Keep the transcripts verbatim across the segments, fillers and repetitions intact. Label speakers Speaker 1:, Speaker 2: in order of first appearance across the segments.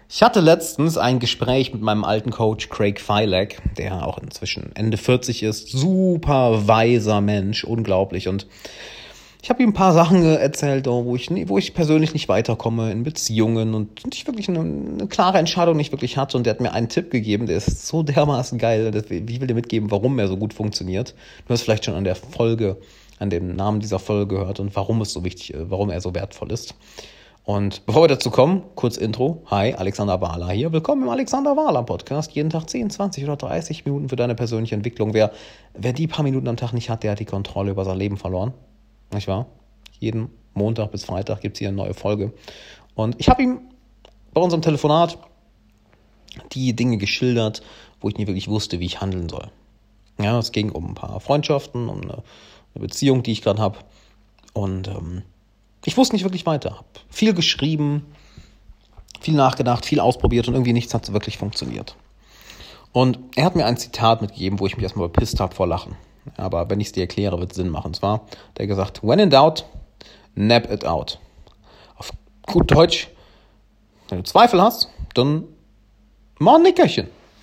Speaker 1: Ich hatte letztens ein Gespräch mit meinem alten Coach Craig Filek, der auch inzwischen Ende vierzig ist, super weiser Mensch, unglaublich. Und ich habe ihm ein paar Sachen erzählt, wo ich, wo ich persönlich nicht weiterkomme in Beziehungen und nicht wirklich eine, eine klare Entscheidung nicht wirklich hatte. Und der hat mir einen Tipp gegeben, der ist so dermaßen geil. Ich will dir mitgeben, warum er so gut funktioniert. Du hast vielleicht schon an der Folge, an dem Namen dieser Folge gehört und warum es so wichtig, warum er so wertvoll ist. Und bevor wir dazu kommen, kurz Intro. Hi, Alexander Wahler hier. Willkommen im Alexander Wahler Podcast. Jeden Tag zehn, zwanzig oder dreißig Minuten für deine persönliche Entwicklung. Wer, wer die paar Minuten am Tag nicht hat, der hat die Kontrolle über sein Leben verloren. Nicht wahr? Jeden Montag bis Freitag gibt es hier eine neue Folge. Und ich habe ihm bei unserem Telefonat die Dinge geschildert, wo ich nie wirklich wusste, wie ich handeln soll. Ja, es ging um ein paar Freundschaften, um eine, eine Beziehung, die ich gerade habe. Und ähm, ich wusste nicht wirklich weiter. Habe viel geschrieben, viel nachgedacht, viel ausprobiert und irgendwie nichts hat so wirklich funktioniert. Und er hat mir ein Zitat mitgegeben, wo ich mich erstmal bepisst habe vor Lachen. Aber wenn ich es dir erkläre, wird es Sinn machen. Und zwar hat er gesagt, when in doubt, nap it out. Auf gut Deutsch, wenn du Zweifel hast, dann mach ein Nickerchen.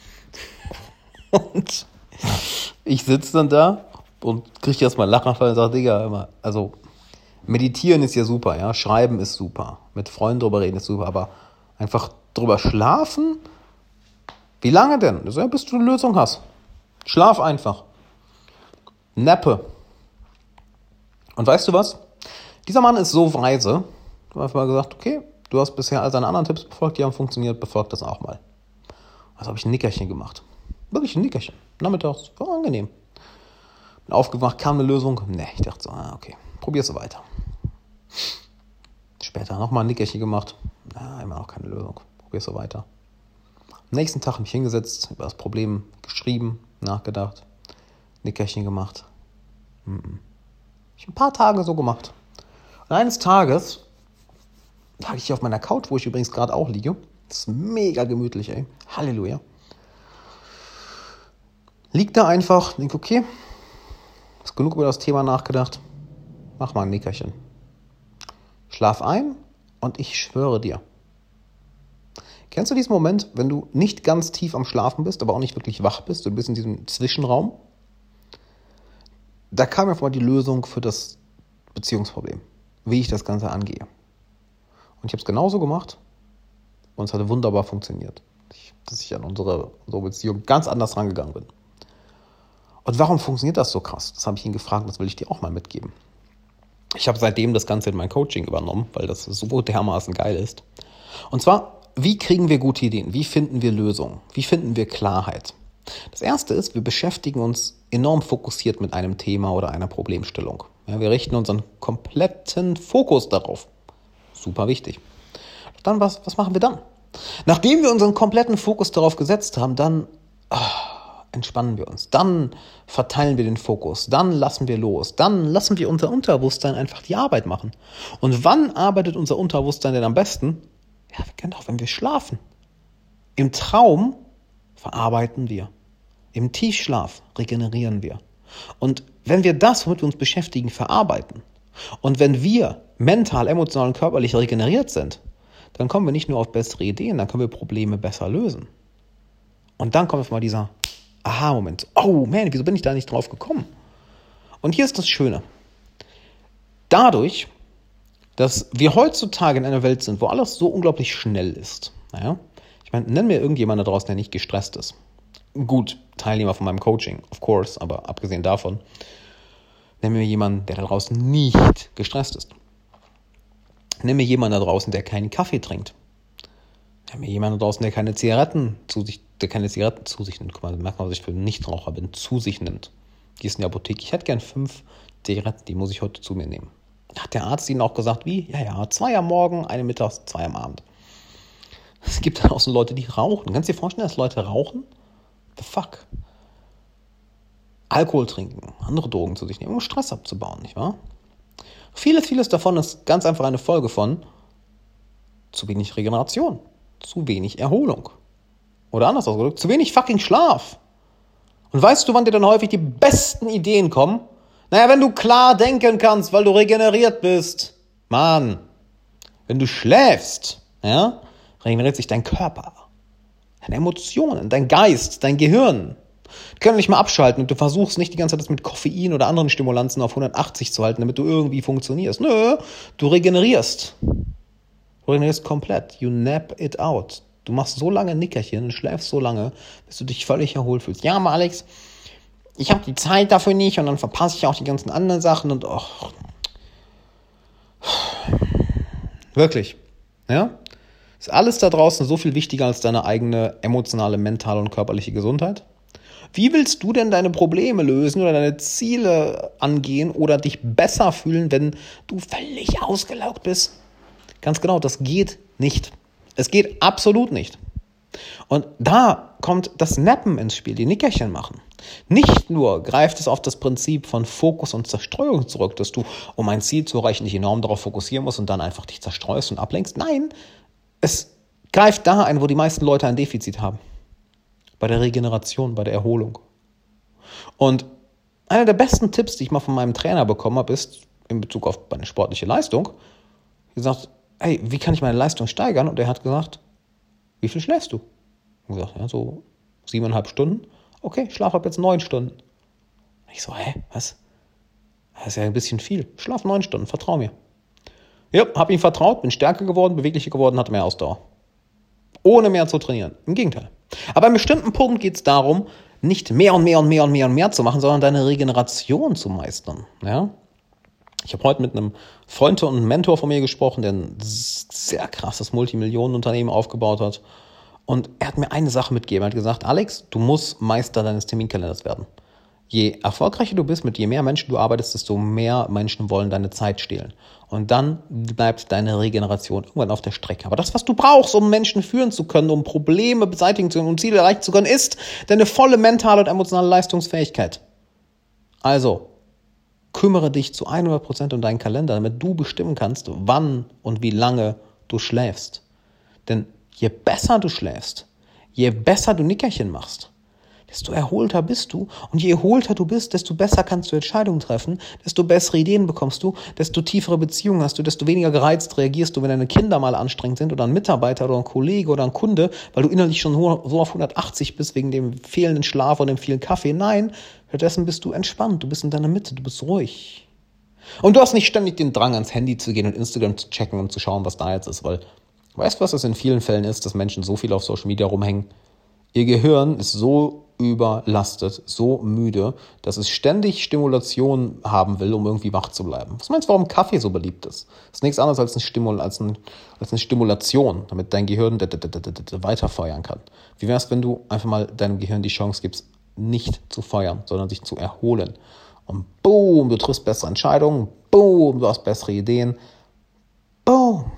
Speaker 1: Und ich sitze dann da und kriege erstmal einen Lachenfall und sage, Digga, immer, also meditieren ist ja super, ja, schreiben ist super, mit Freunden drüber reden ist super, aber einfach drüber schlafen? Wie lange denn? Das ist ja, bis du eine Lösung hast. Schlaf einfach. Nappe. Und weißt du was? Dieser Mann ist so weise, ich habe einfach mal gesagt, okay, du hast bisher all seine anderen Tipps befolgt, die haben funktioniert, befolgt das auch mal. Also habe ich ein Nickerchen gemacht. Wirklich ein Nickerchen. Nachmittags, war angenehm. Bin aufgewacht, kam eine Lösung. Ne, ich dachte so, ah, okay, probier's so weiter. Später nochmal ein Nickerchen gemacht. Na, immer noch keine Lösung. Probier's so weiter. Am nächsten Tag habe ich hingesetzt, über das Problem geschrieben, nachgedacht, Nickerchen gemacht. Mm-mm. Ich habe ein paar Tage so gemacht. Und eines Tages lag ich hier auf meiner Couch, wo ich übrigens gerade auch liege. Das ist mega gemütlich, ey. Halleluja. Liegt da einfach, denke, okay, hast genug über das Thema nachgedacht. Mach mal ein Nickerchen. Schlaf ein und ich schwöre dir. Kennst du diesen Moment, wenn du nicht ganz tief am Schlafen bist, aber auch nicht wirklich wach bist, du bist in diesem Zwischenraum? Da kam mir vor die Lösung für das Beziehungsproblem, wie ich das Ganze angehe. Und ich habe es genauso gemacht und es hat wunderbar funktioniert. Ich, dass ich an unsere, unsere Beziehung ganz anders rangegangen bin. Und warum funktioniert das so krass? Das habe ich ihn gefragt, das will ich dir auch mal mitgeben. Ich habe seitdem das Ganze in mein Coaching übernommen, weil das so dermaßen geil ist. Und zwar, wie kriegen wir gute Ideen? Wie finden wir Lösungen? Wie finden wir Klarheit? Das erste ist, wir beschäftigen uns enorm fokussiert mit einem Thema oder einer Problemstellung. Ja, wir richten unseren kompletten Fokus darauf. Super wichtig. Dann, was, was machen wir dann? Nachdem wir unseren kompletten Fokus darauf gesetzt haben, dann ah, entspannen wir uns. Dann verteilen wir den Fokus. Dann lassen wir los. Dann lassen wir unser Unterbewusstsein einfach die Arbeit machen. Und wann arbeitet unser Unterbewusstsein denn am besten? Ja, genau, wenn wir schlafen. Im Traum verarbeiten wir. Im Tiefschlaf regenerieren wir. Und wenn wir das, womit wir uns beschäftigen, verarbeiten und wenn wir mental, emotional und körperlich regeneriert sind, dann kommen wir nicht nur auf bessere Ideen, dann können wir Probleme besser lösen. Und dann kommt mal dieser Aha-Moment. Oh man, wieso bin ich da nicht drauf gekommen? Und hier ist das Schöne. Dadurch, dass wir heutzutage in einer Welt sind, wo alles so unglaublich schnell ist. Naja, ich meine, nenn mir irgendjemanden da draußen, der nicht gestresst ist. Gut, Teilnehmer von meinem Coaching, of course, aber abgesehen davon, nenn mir jemanden, der da draußen nicht gestresst ist. Nenn mir jemanden da draußen, der keinen Kaffee trinkt. Nenn mir jemanden da draußen, der keine Zigaretten zu sich, der keine Zigaretten zu sich nimmt. Guck mal, merkt man, was ich für einen Nichtraucher bin, zu sich nimmt. Die ist in der Apotheke. Ich hätte gern fünf Zigaretten, die muss ich heute zu mir nehmen. Hat der Arzt ihnen auch gesagt, wie? Ja, ja, zwei am Morgen, eine mittags, zwei am Abend. Es gibt da draußen Leute, die rauchen. Kannst du dir vorstellen, dass Leute rauchen? The fuck? Alkohol trinken, andere Drogen zu sich nehmen, um Stress abzubauen, nicht wahr? Vieles, vieles davon ist ganz einfach eine Folge von zu wenig Regeneration, zu wenig Erholung. Oder anders ausgedrückt, zu wenig fucking Schlaf. Und weißt du, wann dir dann häufig die besten Ideen kommen? Naja, wenn du klar denken kannst, weil du regeneriert bist. Mann, wenn du schläfst, ja, regeneriert sich dein Körper, deine Emotionen, dein Geist, dein Gehirn. Die können nicht mal abschalten und du versuchst nicht die ganze Zeit das mit Koffein oder anderen Stimulanzen auf hundertachtzig zu halten, damit du irgendwie funktionierst. Nö, du regenerierst. Du regenerierst komplett. You nap it out. Du machst so lange Nickerchen und schläfst so lange, bis du dich völlig erholt fühlst. Ja, aber Alex, ich habe die Zeit dafür nicht und dann verpasse ich auch die ganzen anderen Sachen und och. Wirklich. Ja? Ist alles da draußen so viel wichtiger als deine eigene emotionale, mentale und körperliche Gesundheit? Wie willst du denn deine Probleme lösen oder deine Ziele angehen oder dich besser fühlen, wenn du völlig ausgelaugt bist? Ganz genau, das geht nicht. Es geht absolut nicht. Und da kommt das Nappen ins Spiel, die Nickerchen machen. Nicht nur greift es auf das Prinzip von Fokus und Zerstreuung zurück, dass du, um ein Ziel zu erreichen, dich enorm darauf fokussieren musst und dann einfach dich zerstreust und ablenkst. Nein, es greift da ein, wo die meisten Leute ein Defizit haben. Bei der Regeneration, bei der Erholung. Und einer der besten Tipps, die ich mal von meinem Trainer bekommen habe, ist in Bezug auf meine sportliche Leistung, gesagt, hey, wie kann ich meine Leistung steigern? Und er hat gesagt, wie viel schläfst du? Und gesagt, ja, so siebeneinhalb Stunden. Okay, schlaf ab jetzt neun Stunden. Und ich so, hä, was? Das ist ja ein bisschen viel. Schlaf neun Stunden, vertrau mir. Ja, hab ihm vertraut, bin stärker geworden, beweglicher geworden, hatte mehr Ausdauer. Ohne mehr zu trainieren. Im Gegenteil. Aber an einem bestimmten Punkt geht es darum, nicht mehr und mehr und mehr und mehr und mehr zu machen, sondern deine Regeneration zu meistern. Ja? Ich habe heute mit einem Freund und einem Mentor von mir gesprochen, der ein sehr krasses Multimillionenunternehmen aufgebaut hat. Und er hat mir eine Sache mitgegeben. Er hat gesagt, Alex, du musst Meister deines Terminkalenders werden. Je erfolgreicher du bist, mit je mehr Menschen du arbeitest, desto mehr Menschen wollen deine Zeit stehlen. Und dann bleibt deine Regeneration irgendwann auf der Strecke. Aber das, was du brauchst, um Menschen führen zu können, um Probleme beseitigen zu können, um Ziele erreichen zu können, ist deine volle mentale und emotionale Leistungsfähigkeit. Also, kümmere dich zu hundert Prozent um deinen Kalender, damit du bestimmen kannst, wann und wie lange du schläfst. Denn je besser du schläfst, je besser du Nickerchen machst, desto erholter bist du. Und je erholter du bist, desto besser kannst du Entscheidungen treffen, desto bessere Ideen bekommst du, desto tiefere Beziehungen hast du, desto weniger gereizt reagierst du, wenn deine Kinder mal anstrengend sind oder ein Mitarbeiter oder ein Kollege oder ein Kunde, weil du innerlich schon so auf hundertachtzig bist wegen dem fehlenden Schlaf und dem vielen Kaffee. Nein, stattdessen bist du entspannt, du bist in deiner Mitte, du bist ruhig. Und du hast nicht ständig den Drang, ans Handy zu gehen und Instagram zu checken und zu schauen, was da jetzt ist, weil weißt du, was es in vielen Fällen ist, dass Menschen so viel auf Social Media rumhängen? Ihr Gehirn ist so überlastet, so müde, dass es ständig Stimulation haben will, um irgendwie wach zu bleiben. Was meinst du, warum Kaffee so beliebt ist? Das ist nichts anderes als, ein Stimul, als, ein, als eine Stimulation, damit dein Gehirn weiterfeuern kann. Wie wäre es, wenn du einfach mal deinem Gehirn die Chance gibst, nicht zu feuern, sondern sich zu erholen? Und boom, du triffst bessere Entscheidungen, boom, du hast bessere Ideen, boom.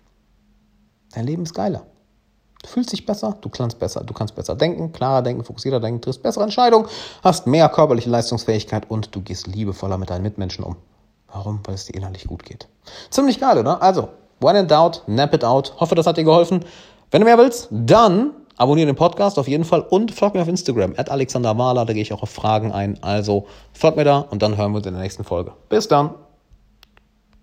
Speaker 1: Dein Leben ist geiler. Du fühlst dich besser, du kannst besser, du kannst besser denken, klarer denken, fokussierter denken, triffst bessere Entscheidungen, hast mehr körperliche Leistungsfähigkeit und du gehst liebevoller mit deinen Mitmenschen um. Warum? Weil es dir innerlich gut geht. Ziemlich geil, oder? Also, when in doubt, nap it out. Hoffe, das hat dir geholfen. Wenn du mehr willst, dann abonniere den Podcast auf jeden Fall und folg mir auf Instagram, at Alexander Wahler, da gehe ich auch auf Fragen ein. Also, folg mir da und dann hören wir uns in der nächsten Folge. Bis dann!